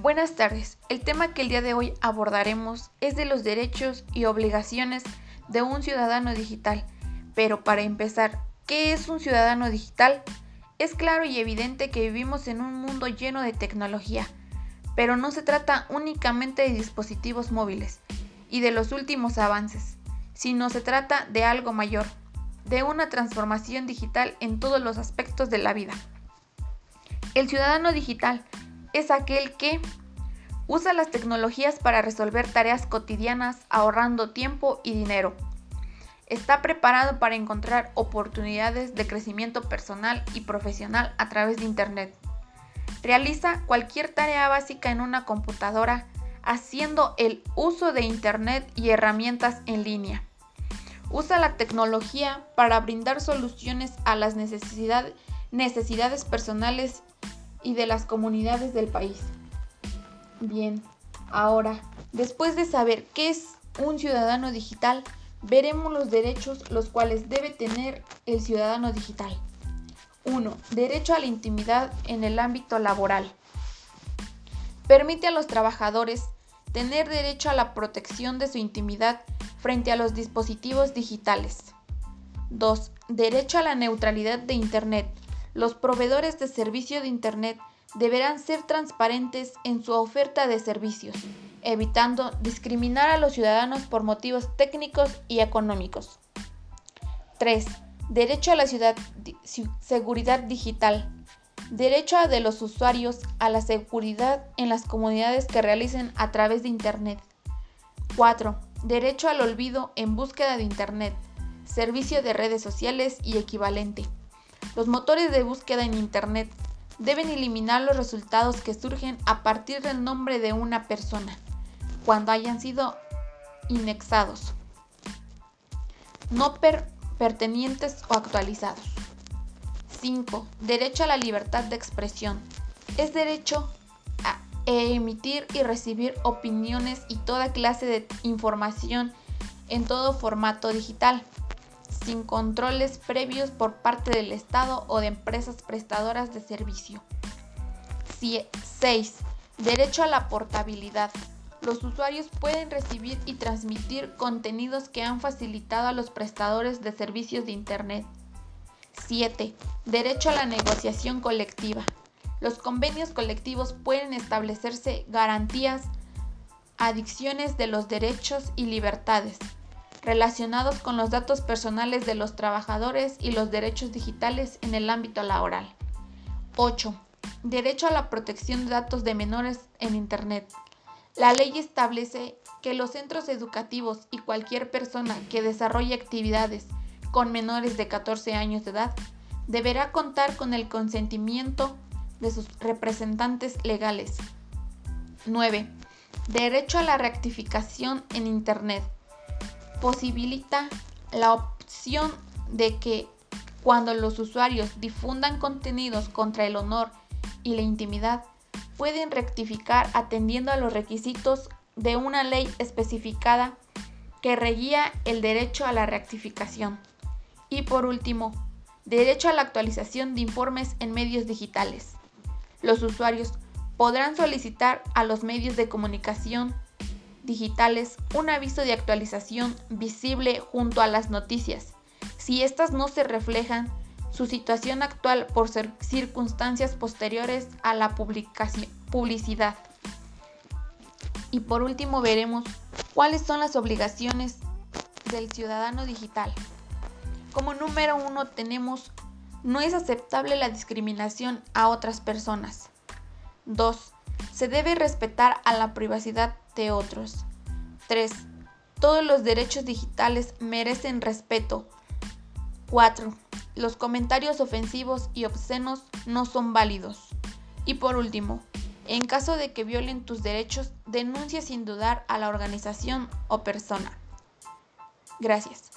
Buenas tardes. El tema que el día de hoy abordaremos es de los derechos y obligaciones de un ciudadano digital. Pero para empezar, ¿qué es un ciudadano digital? Es claro y evidente que vivimos en un mundo lleno de tecnología, pero no se trata únicamente de dispositivos móviles y de los últimos avances, sino se trata de algo mayor, de una transformación digital en todos los aspectos de la vida. El ciudadano digital es aquel que usa las tecnologías para resolver tareas cotidianas ahorrando tiempo y dinero. Está preparado para encontrar oportunidades de crecimiento personal y profesional a través de Internet. Realiza cualquier tarea básica en una computadora haciendo el uso de Internet y herramientas en línea. Usa la tecnología para brindar soluciones a las necesidades personales y de las comunidades del país. Bien, ahora, después de saber qué es un ciudadano digital, veremos los derechos los cuales debe tener el ciudadano digital. 1. Derecho a la intimidad en el ámbito laboral. Permite a los trabajadores tener derecho a la protección de su intimidad frente a los dispositivos digitales. 2. Derecho a la neutralidad de Internet. Los proveedores de servicio de Internet deberán ser transparentes en su oferta de servicios, evitando discriminar a los ciudadanos por motivos técnicos y económicos. 3. Derecho a la seguridad digital. Derecho de los usuarios a la seguridad en las comunidades que realicen a través de Internet. 4. Derecho al olvido en búsqueda de Internet, servicio de redes sociales y equivalente. Los motores de búsqueda en Internet deben eliminar los resultados que surgen a partir del nombre de una persona, cuando hayan sido indexados, no pertinentes o actualizados. 5. Derecho a la libertad de expresión. Es derecho a emitir y recibir opiniones y toda clase de información en todo formato digital, sin controles previos por parte del Estado o de empresas prestadoras de servicio. 6. Derecho a la portabilidad. Los usuarios pueden recibir y transmitir contenidos que han facilitado a los prestadores de servicios de Internet. 7. Derecho a la negociación colectiva. Los convenios colectivos pueden establecerse garantías, adicciones de los derechos y libertades relacionados con los datos personales de los trabajadores y los derechos digitales en el ámbito laboral. 8. Derecho a la protección de datos de menores en Internet. La ley establece que los centros educativos y cualquier persona que desarrolle actividades con menores de 14 años de edad deberá contar con el consentimiento de sus representantes legales. 9. Derecho a la rectificación en Internet. Posibilita la opción de que cuando los usuarios difundan contenidos contra el honor y la intimidad, pueden rectificar atendiendo a los requisitos de una ley especificada que regía el derecho a la rectificación. Y por último, derecho a la actualización de informes en medios digitales. Los usuarios podrán solicitar a los medios de comunicación digitales un aviso de actualización visible junto a las noticias, si éstas no se reflejan su situación actual por circunstancias posteriores a la publicidad. Y por último veremos cuáles son las obligaciones del ciudadano digital. Como número 1 tenemos: no es aceptable la discriminación a otras personas. 2. Se debe respetar a la privacidad de otros. 3. Todos los derechos digitales merecen respeto. 4. Los comentarios ofensivos y obscenos no son válidos. Y por último, en caso de que violen tus derechos, denuncia sin dudar a la organización o persona. Gracias.